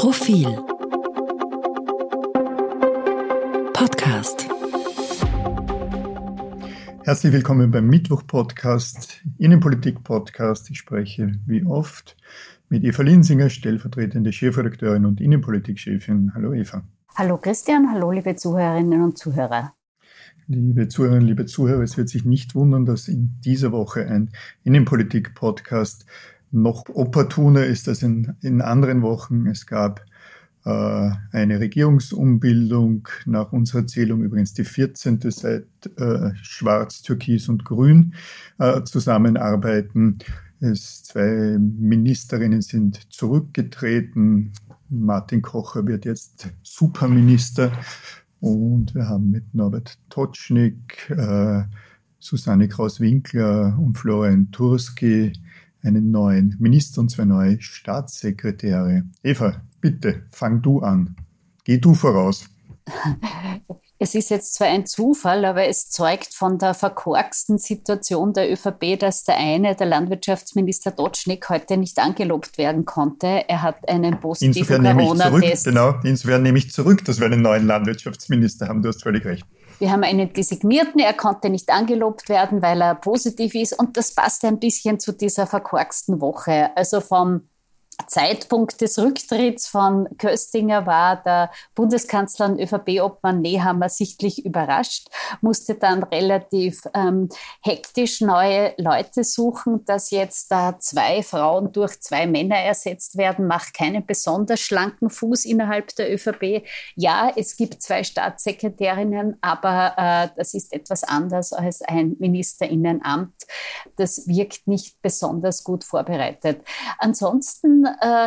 Profil Podcast. Herzlich willkommen beim Mittwoch-Podcast, Innenpolitik-Podcast. Ich spreche wie oft mit Eva Linsinger, stellvertretende Chefredakteurin und Innenpolitik-Chefin. Hallo Eva. Hallo Christian, hallo liebe Zuhörerinnen und Zuhörer. Liebe Zuhörerinnen, liebe Zuhörer, es wird sich nicht wundern, dass in dieser Woche ein Innenpolitik-Podcast noch opportuner ist als in anderen Wochen. Es gab eine Regierungsumbildung, nach unserer Zählung übrigens die 14. seit Schwarz, Türkis und Grün zusammenarbeiten. Zwei Ministerinnen sind zurückgetreten. Martin Kocher wird jetzt Superminister. Und wir haben mit Norbert Totschnig, Susanne Kraus-Winkler und Florian Turski einen neuen Minister und zwei neue Staatssekretäre. Eva, bitte, fang du an. Geh du voraus. Es ist jetzt zwar ein Zufall, aber es zeugt von der verkorksten Situation der ÖVP, dass der Landwirtschaftsminister Totschnig, heute nicht angelobt werden konnte. Er hat einen positiven Corona-Test. Insofern nehme ich zurück, dass wir einen neuen Landwirtschaftsminister haben. Du hast völlig recht. Wir haben einen Designierten, er konnte nicht angelobt werden, weil er positiv ist. Und das passt ein bisschen zu dieser verkorksten Woche. Also vom Zeitpunkt des Rücktritts von Köstinger war der Bundeskanzler und ÖVP-Obmann Nehammer sichtlich überrascht, musste dann relativ hektisch neue Leute suchen. Dass jetzt da 2 Frauen durch 2 Männer ersetzt werden, macht keinen besonders schlanken Fuß innerhalb der ÖVP. Ja, es gibt 2 Staatssekretärinnen, aber das ist etwas anders als ein Ministerinnenamt. Das wirkt nicht besonders gut vorbereitet. Ansonsten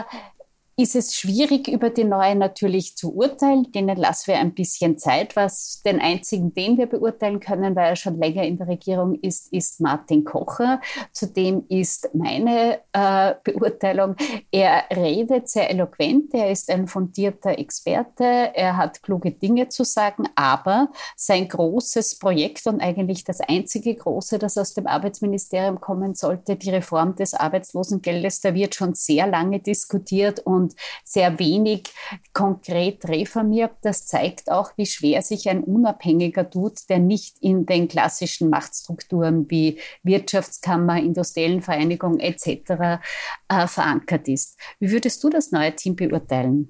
ist es schwierig, über die Neuen natürlich zu urteilen. Denen lassen wir ein bisschen Zeit. Den einzigen, den wir beurteilen können, weil er schon länger in der Regierung ist, ist Martin Kocher. Zudem ist meine Beurteilung, er redet sehr eloquent, er ist ein fundierter Experte, er hat kluge Dinge zu sagen, aber sein großes Projekt und eigentlich das einzige große, das aus dem Arbeitsministerium kommen sollte, die Reform des Arbeitslosengeldes, da wird schon sehr lange diskutiert und sehr wenig konkret reformiert. Das zeigt auch, wie schwer sich ein Unabhängiger tut, der nicht in den klassischen Machtstrukturen wie Wirtschaftskammer, industriellen Vereinigung etc. Verankert ist. Wie würdest du das neue Team beurteilen?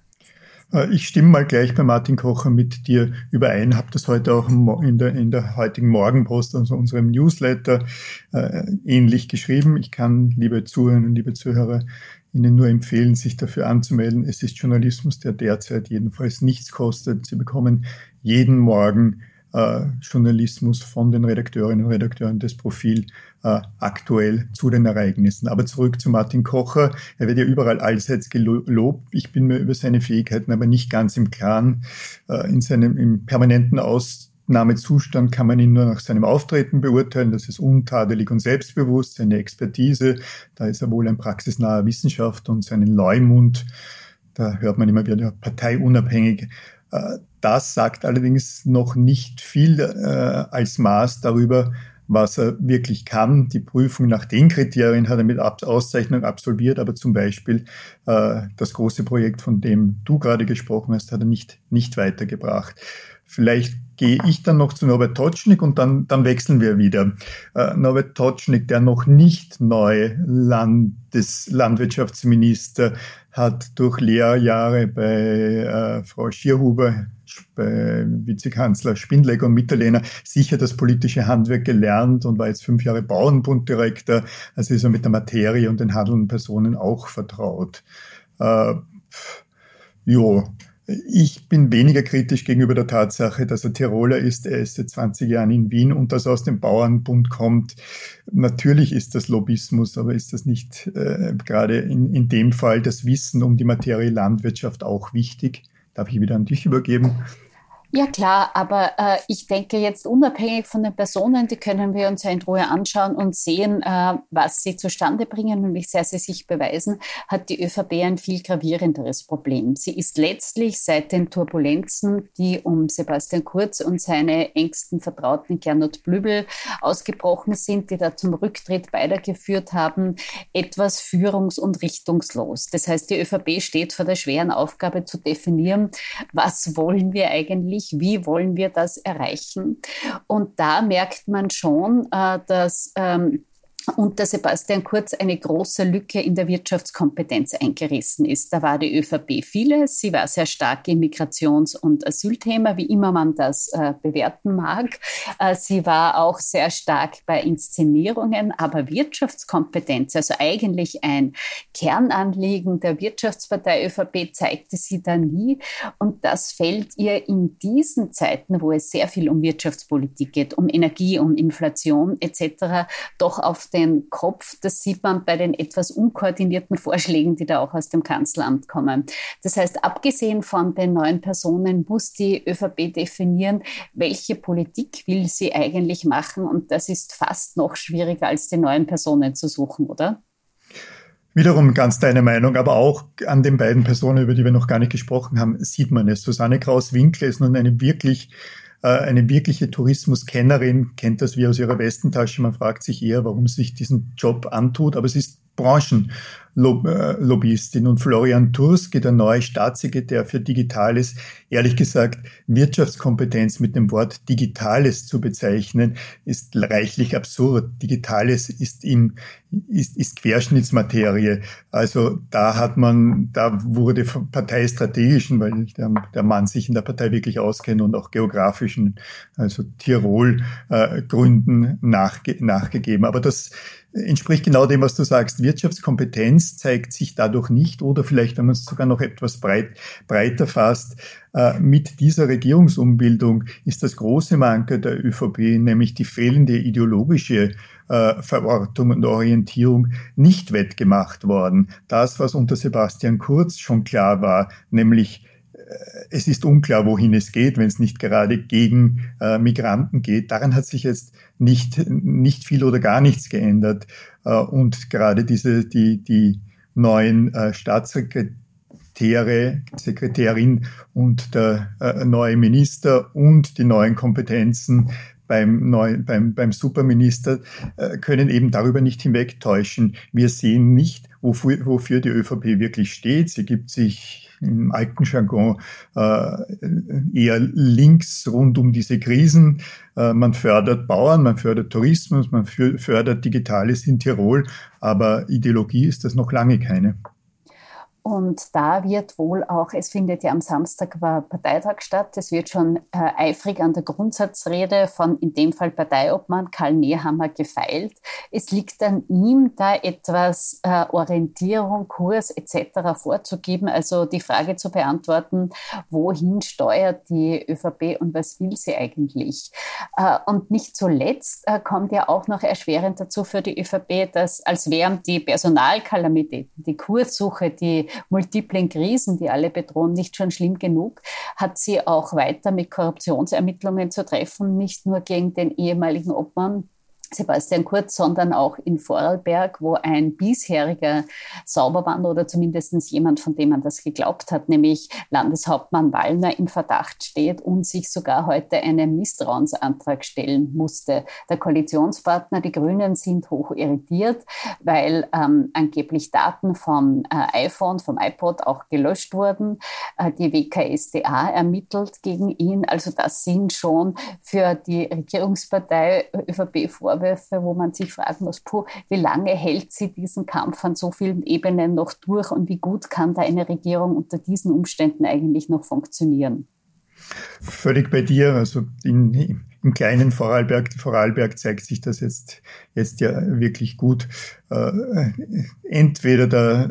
Ich stimme mal gleich bei Martin Kocher mit dir überein, habe das heute auch in der heutigen Morgenpost, also unserem Newsletter, ähnlich geschrieben. Ich kann, liebe Zuhörerinnen und liebe Zuhörer, Ihnen nur empfehlen, sich dafür anzumelden. Es ist Journalismus, der derzeit jedenfalls nichts kostet. Sie bekommen jeden Morgen Journalismus von den Redakteurinnen und Redakteuren des Profil aktuell zu den Ereignissen. Aber zurück zu Martin Kocher. Er wird ja überall allseits gelobt. Ich bin mir über seine Fähigkeiten aber nicht ganz im Klaren. Im permanenten Ausnahmezustand kann man ihn nur nach seinem Auftreten beurteilen. Das ist untadelig und selbstbewusst. Seine Expertise, da ist er wohl ein praxisnaher Wissenschaftler, und seinen Leumund, da hört man immer wieder parteiunabhängig. Das sagt allerdings noch nicht viel als Maß darüber, was er wirklich kann. Die Prüfung nach den Kriterien hat er mit Auszeichnung absolviert, aber zum Beispiel das große Projekt, von dem du gerade gesprochen hast, hat er nicht weitergebracht. Vielleicht gehe ich dann noch zu Norbert Totschnig und dann wechseln wir wieder. Norbert Totschnig, der noch nicht neu Landwirtschaftsminister, hat durch Lehrjahre bei Frau Schierhuber, bei Vizekanzler Spindleger und Mitterlehner sicher das politische Handwerk gelernt und war jetzt 5 Jahre Bauernbunddirektor. Also ist er mit der Materie und den handelnden Personen auch vertraut. Ich bin weniger kritisch gegenüber der Tatsache, dass er Tiroler ist. Er ist seit 20 Jahren in Wien und dass er aus dem Bauernbund kommt. Natürlich ist das Lobbyismus, aber ist das nicht gerade in dem Fall das Wissen um die Materie Landwirtschaft auch wichtig? Darf ich wieder an dich übergeben? Ja klar, aber ich denke jetzt unabhängig von den Personen, die können wir uns ja in Ruhe anschauen und sehen, was sie zustande bringen und wie sehr sie sich beweisen, hat die ÖVP ein viel gravierenderes Problem. Sie ist letztlich seit den Turbulenzen, die um Sebastian Kurz und seine engsten Vertrauten Gernot Blümel ausgebrochen sind, die da zum Rücktritt beider geführt haben, etwas führungs- und richtungslos. Das heißt, die ÖVP steht vor der schweren Aufgabe zu definieren, was wollen wir eigentlich, wie wollen wir das erreichen? Und da merkt man schon, dass unter Sebastian Kurz eine große Lücke in der Wirtschaftskompetenz eingerissen ist. Da war die ÖVP vieles. Sie war sehr stark im Migrations- und Asylthema, wie immer man das bewerten mag. Sie war auch sehr stark bei Inszenierungen, aber Wirtschaftskompetenz, also eigentlich ein Kernanliegen der Wirtschaftspartei ÖVP, zeigte sie da nie. Und das fällt ihr in diesen Zeiten, wo es sehr viel um Wirtschaftspolitik geht, um Energie, um Inflation etc., doch auf den Kopf. Das sieht man bei den etwas unkoordinierten Vorschlägen, die da auch aus dem Kanzleramt kommen. Das heißt, abgesehen von den neuen Personen muss die ÖVP definieren, welche Politik will sie eigentlich machen. Und das ist fast noch schwieriger, als die neuen Personen zu suchen, oder? Wiederum ganz deine Meinung, aber auch an den beiden Personen, über die wir noch gar nicht gesprochen haben, sieht man es. Susanne Kraus-Winkler ist nun eine wirkliche Tourismuskennerin, kennt das wie aus ihrer Westentasche. Man fragt sich eher, warum sie sich diesen Job antut, aber sie ist Branchenlobbyistin. Und Florian Turski, der neue Staatssekretär für Digitales, ehrlich gesagt, Wirtschaftskompetenz mit dem Wort Digitales zu bezeichnen, ist reichlich absurd. Digitales ist Querschnittsmaterie. Also da wurde parteistrategischen, weil der Mann sich in der Partei wirklich auskennt und auch geografischen, also Tirol, Gründen nachgegeben. Aber das entspricht genau dem, was du sagst. Wirtschaftskompetenz zeigt sich dadurch nicht, oder vielleicht, wenn man es sogar noch etwas breiter fasst, mit dieser Regierungsumbildung ist das große Manko der ÖVP, nämlich die fehlende ideologische Verortung und Orientierung, nicht wettgemacht worden. Das, was unter Sebastian Kurz schon klar war, nämlich es ist unklar, wohin es geht, wenn es nicht gerade gegen Migranten geht. Daran hat sich jetzt nicht viel oder gar nichts geändert. Und gerade die neuen Sekretärin und der neue Minister und die neuen Kompetenzen beim Superminister können eben darüber nicht hinwegtäuschen. Wir sehen nicht, wofür die ÖVP wirklich steht. Sie gibt sich im alten Jargon eher links rund um diese Krisen. Man fördert Bauern, man fördert Tourismus, man fördert Digitales in Tirol, aber Ideologie ist das noch lange keine. Und da wird wohl auch, es findet ja am Samstag Parteitag statt, es wird schon eifrig an der Grundsatzrede von in dem Fall Parteiobmann Karl Nehammer gefeilt. Es liegt an ihm, da etwas Orientierung, Kurs etc. vorzugeben, also die Frage zu beantworten, wohin steuert die ÖVP und was will sie eigentlich? Und nicht zuletzt kommt ja auch noch erschwerend dazu für die ÖVP, dass als wären die Personalkalamitäten, die Kurssuche, die multiplen Krisen, die alle bedrohen, nicht schon schlimm genug, hat sie auch weiter mit Korruptionsermittlungen zu treffen, nicht nur gegen den ehemaligen Obmann Sebastian Kurz, sondern auch in Vorarlberg, wo ein bisheriger Saubermann oder zumindest jemand, von dem man das geglaubt hat, nämlich Landeshauptmann Wallner, im Verdacht steht und sich sogar heute einen Misstrauensantrag stellen musste. Der Koalitionspartner, die Grünen, sind hoch irritiert, weil angeblich Daten vom iPhone, vom iPod auch gelöscht wurden. Die WKStA ermittelt gegen ihn. Also das sind schon für die Regierungspartei ÖVP Vorwürfe, wo man sich fragen muss, wie lange hält sie diesen Kampf an so vielen Ebenen noch durch und wie gut kann da eine Regierung unter diesen Umständen eigentlich noch funktionieren? Völlig bei dir. Also im kleinen Vorarlberg zeigt sich das jetzt ja wirklich gut. Entweder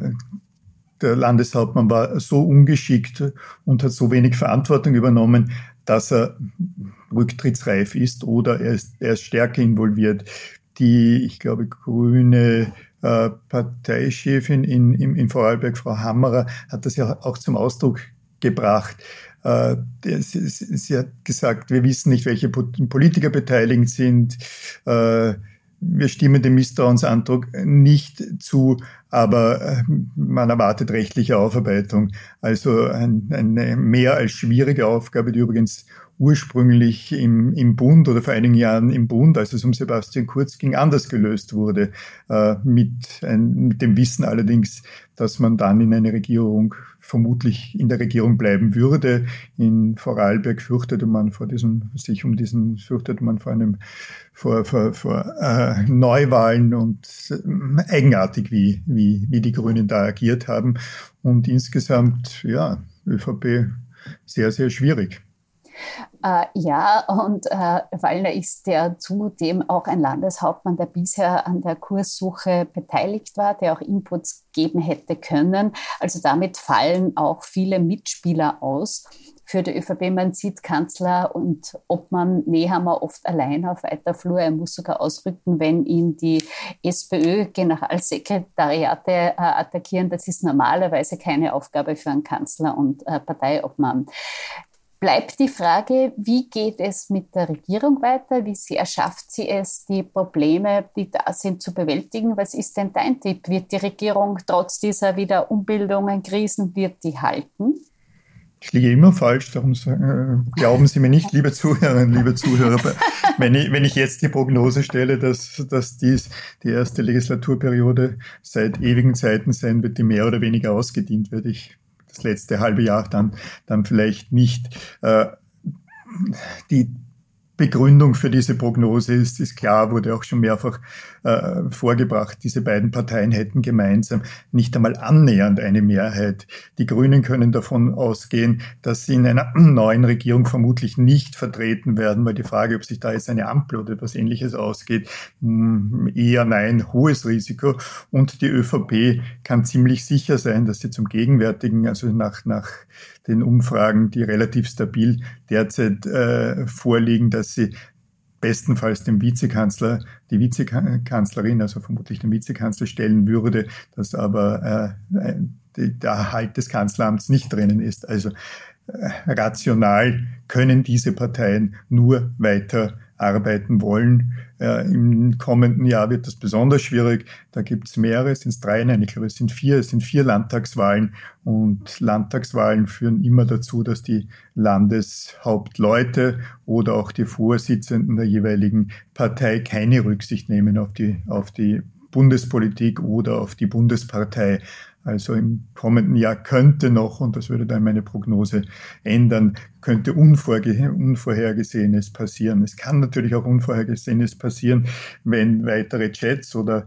der Landeshauptmann war so ungeschickt und hat so wenig Verantwortung übernommen, dass er rücktrittsreif ist, oder er ist stärker involviert. Die, ich glaube, grüne Parteichefin in Vorarlberg, Frau Hammerer, hat das ja auch zum Ausdruck gebracht. Sie hat gesagt, wir wissen nicht, welche Politiker beteiligt sind. Wir stimmen dem Misstrauensantrag nicht zu, aber man erwartet rechtliche Aufarbeitung. Also eine mehr als schwierige Aufgabe, die übrigens ursprünglich im Bund oder vor einigen Jahren im Bund, als es um Sebastian Kurz ging, anders gelöst wurde. Mit dem Wissen allerdings, dass man dann vermutlich in der Regierung bleiben würde. In Vorarlberg fürchtete man vor Neuwahlen und eigenartig, wie die Grünen da agiert haben. Und insgesamt, ja, ÖVP sehr, sehr schwierig. Wallner ist ja zudem auch ein Landeshauptmann, der bisher an der Kurssuche beteiligt war, der auch Inputs geben hätte können. Also damit fallen auch viele Mitspieler aus für die ÖVP. Man sieht Kanzler und Obmann Nehammer oft allein auf weiter Flur. Er muss sogar ausrücken, wenn ihn die SPÖ-Generalsekretariate attackieren. Das ist normalerweise keine Aufgabe für einen Kanzler und Parteiobmann. Bleibt die Frage, wie geht es mit der Regierung weiter? Wie sehr schafft sie es, die Probleme, die da sind, zu bewältigen? Was ist denn dein Tipp? Wird die Regierung trotz dieser wieder Umbildungen, Krisen, wird die halten? Ich liege immer falsch, darum glauben Sie mir nicht, liebe Zuhörerinnen, liebe Zuhörer, wenn ich jetzt die Prognose stelle, dass dies die erste Legislaturperiode seit ewigen Zeiten sein wird, die mehr oder weniger ausgedient wird. Das letzte halbe Jahr dann vielleicht nicht. Die Begründung für diese Prognose ist klar, wurde auch schon mehrfach vorgebracht. Diese beiden Parteien hätten gemeinsam nicht einmal annähernd eine Mehrheit. Die Grünen können davon ausgehen, dass sie in einer neuen Regierung vermutlich nicht vertreten werden, weil die Frage, ob sich da jetzt eine Ampel oder etwas Ähnliches ausgeht, eher nein, hohes Risiko. Und die ÖVP kann ziemlich sicher sein, dass sie zum gegenwärtigen, also nach den Umfragen, die relativ stabil derzeit vorliegen, dass sie bestenfalls den Vizekanzler, die Vizekanzlerin, also vermutlich den Vizekanzler stellen würde, dass aber der Erhalt des Kanzleramts nicht drinnen ist. Also rational können diese Parteien nur weiter arbeiten wollen. Im kommenden Jahr wird das besonders schwierig. Da gibt es mehrere, sind es 3? Nein, ich glaube, es sind 4. Es sind 4 Landtagswahlen und Landtagswahlen führen immer dazu, dass die Landeshauptleute oder auch die Vorsitzenden der jeweiligen Partei keine Rücksicht nehmen auf die Bundespolitik oder auf die Bundespartei. Also im kommenden Jahr könnte noch, und das würde dann meine Prognose ändern, könnte Unvorhergesehenes passieren. Es kann natürlich auch Unvorhergesehenes passieren, wenn weitere Chats oder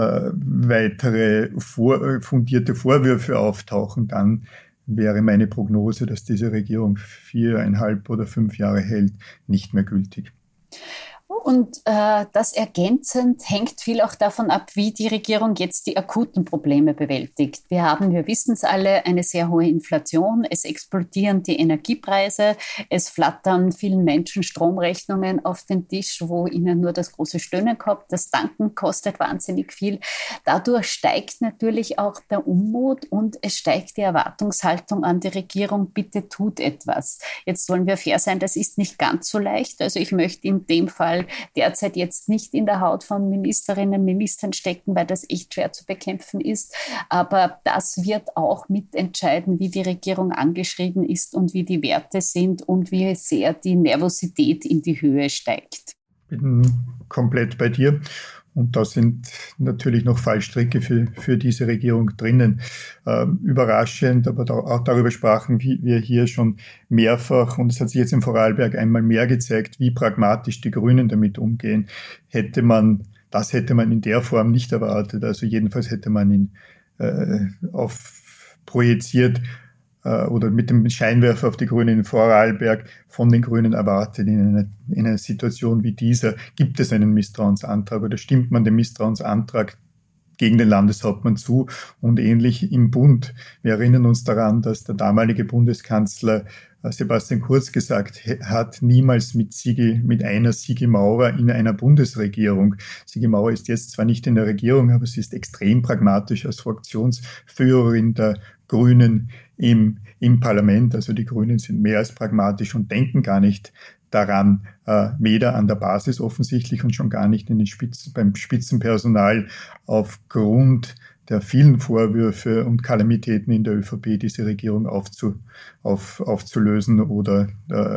weitere fundierte Vorwürfe auftauchen. Dann wäre meine Prognose, dass diese Regierung 4,5 oder 5 Jahre hält, nicht mehr gültig. Und das ergänzend hängt viel auch davon ab, wie die Regierung jetzt die akuten Probleme bewältigt. Wir wissen es alle, eine sehr hohe Inflation, es explodieren die Energiepreise, es flattern vielen Menschen Stromrechnungen auf den Tisch, wo ihnen nur das große Stöhnen kommt. Das Tanken kostet wahnsinnig viel. Dadurch steigt natürlich auch der Unmut und es steigt die Erwartungshaltung an die Regierung, bitte tut etwas. Jetzt wollen wir fair sein, das ist nicht ganz so leicht. Also ich möchte in dem Fall derzeit jetzt nicht in der Haut von Ministerinnen und Ministern stecken, weil das echt schwer zu bekämpfen ist. Aber das wird auch mitentscheiden, wie die Regierung angeschrieben ist und wie die Werte sind und wie sehr die Nervosität in die Höhe steigt. Ich bin komplett bei dir. Und da sind natürlich noch Fallstricke für diese Regierung drinnen. Überraschend, aber auch darüber sprachen wir hier schon mehrfach. Und es hat sich jetzt in Vorarlberg einmal mehr gezeigt, wie pragmatisch die Grünen damit umgehen. Das hätte man in der Form nicht erwartet. Also jedenfalls hätte man ihn projiziert oder mit dem Scheinwerfer auf die Grünen in Vorarlberg von den Grünen erwartet. In einer Situation wie dieser gibt es einen Misstrauensantrag oder stimmt man dem Misstrauensantrag gegen den Landeshauptmann zu und ähnlich im Bund. Wir erinnern uns daran, dass der damalige Bundeskanzler Sebastian Kurz gesagt hat, niemals mit einer Sigi Maurer in einer Bundesregierung. Sigi Maurer ist jetzt zwar nicht in der Regierung, aber sie ist extrem pragmatisch als Fraktionsführerin der Grünen im Parlament. Also die Grünen sind mehr als pragmatisch und denken gar nicht daran, weder an der Basis offensichtlich und schon gar nicht beim Spitzenpersonal aufgrund der vielen Vorwürfe und Kalamitäten in der ÖVP diese Regierung aufzulösen oder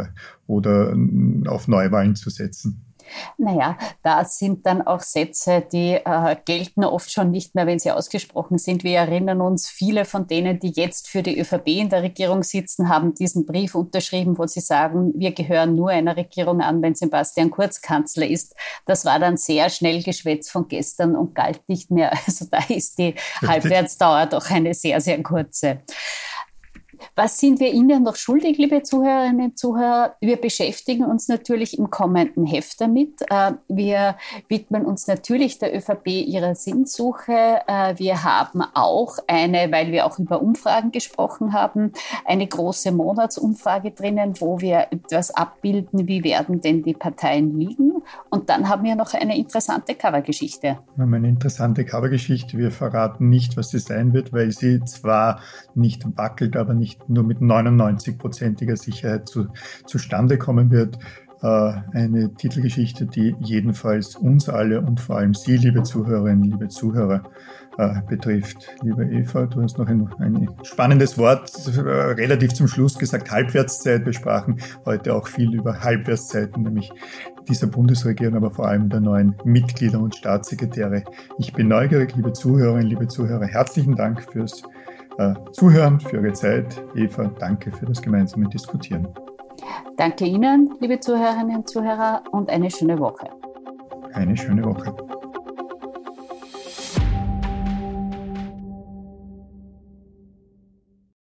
auf Neuwahlen zu setzen. Naja, da sind dann auch Sätze, die gelten oft schon nicht mehr, wenn sie ausgesprochen sind. Wir erinnern uns, viele von denen, die jetzt für die ÖVP in der Regierung sitzen, haben diesen Brief unterschrieben, wo sie sagen, wir gehören nur einer Regierung an, wenn Sebastian Kurz Kanzler ist. Das war dann sehr schnell Geschwätz von gestern und galt nicht mehr. Also da ist die Halbwertsdauer doch eine sehr, sehr kurze. Was sind wir Ihnen noch schuldig, liebe Zuhörerinnen und Zuhörer? Wir beschäftigen uns natürlich im kommenden Heft damit. Wir widmen uns natürlich der ÖVP ihrer Sinnsuche. Wir haben auch weil wir auch über Umfragen gesprochen haben, eine große Monatsumfrage drinnen, wo wir etwas abbilden, wie werden denn die Parteien liegen. Und dann haben wir noch eine interessante Covergeschichte. Wir haben eine interessante Covergeschichte. Wir verraten nicht, was sie sein wird, weil sie zwar nicht wackelt, aber nicht nur mit 99%iger Sicherheit zustande kommen wird. Eine Titelgeschichte, die jedenfalls uns alle und vor allem Sie, liebe Zuhörerinnen, liebe Zuhörer, betrifft. Liebe Eva, du hast noch ein spannendes Wort relativ zum Schluss gesagt, Halbwertszeit. Wir sprachen heute auch viel über Halbwertszeiten, nämlich dieser Bundesregierung, aber vor allem der neuen Mitglieder und Staatssekretäre. Ich bin neugierig, liebe Zuhörerinnen, liebe Zuhörer. Herzlichen Dank fürs Zuhören, für Ihre Zeit. Eva, danke für das gemeinsame Diskutieren. Danke Ihnen, liebe Zuhörerinnen und Zuhörer, und eine schöne Woche. Eine schöne Woche.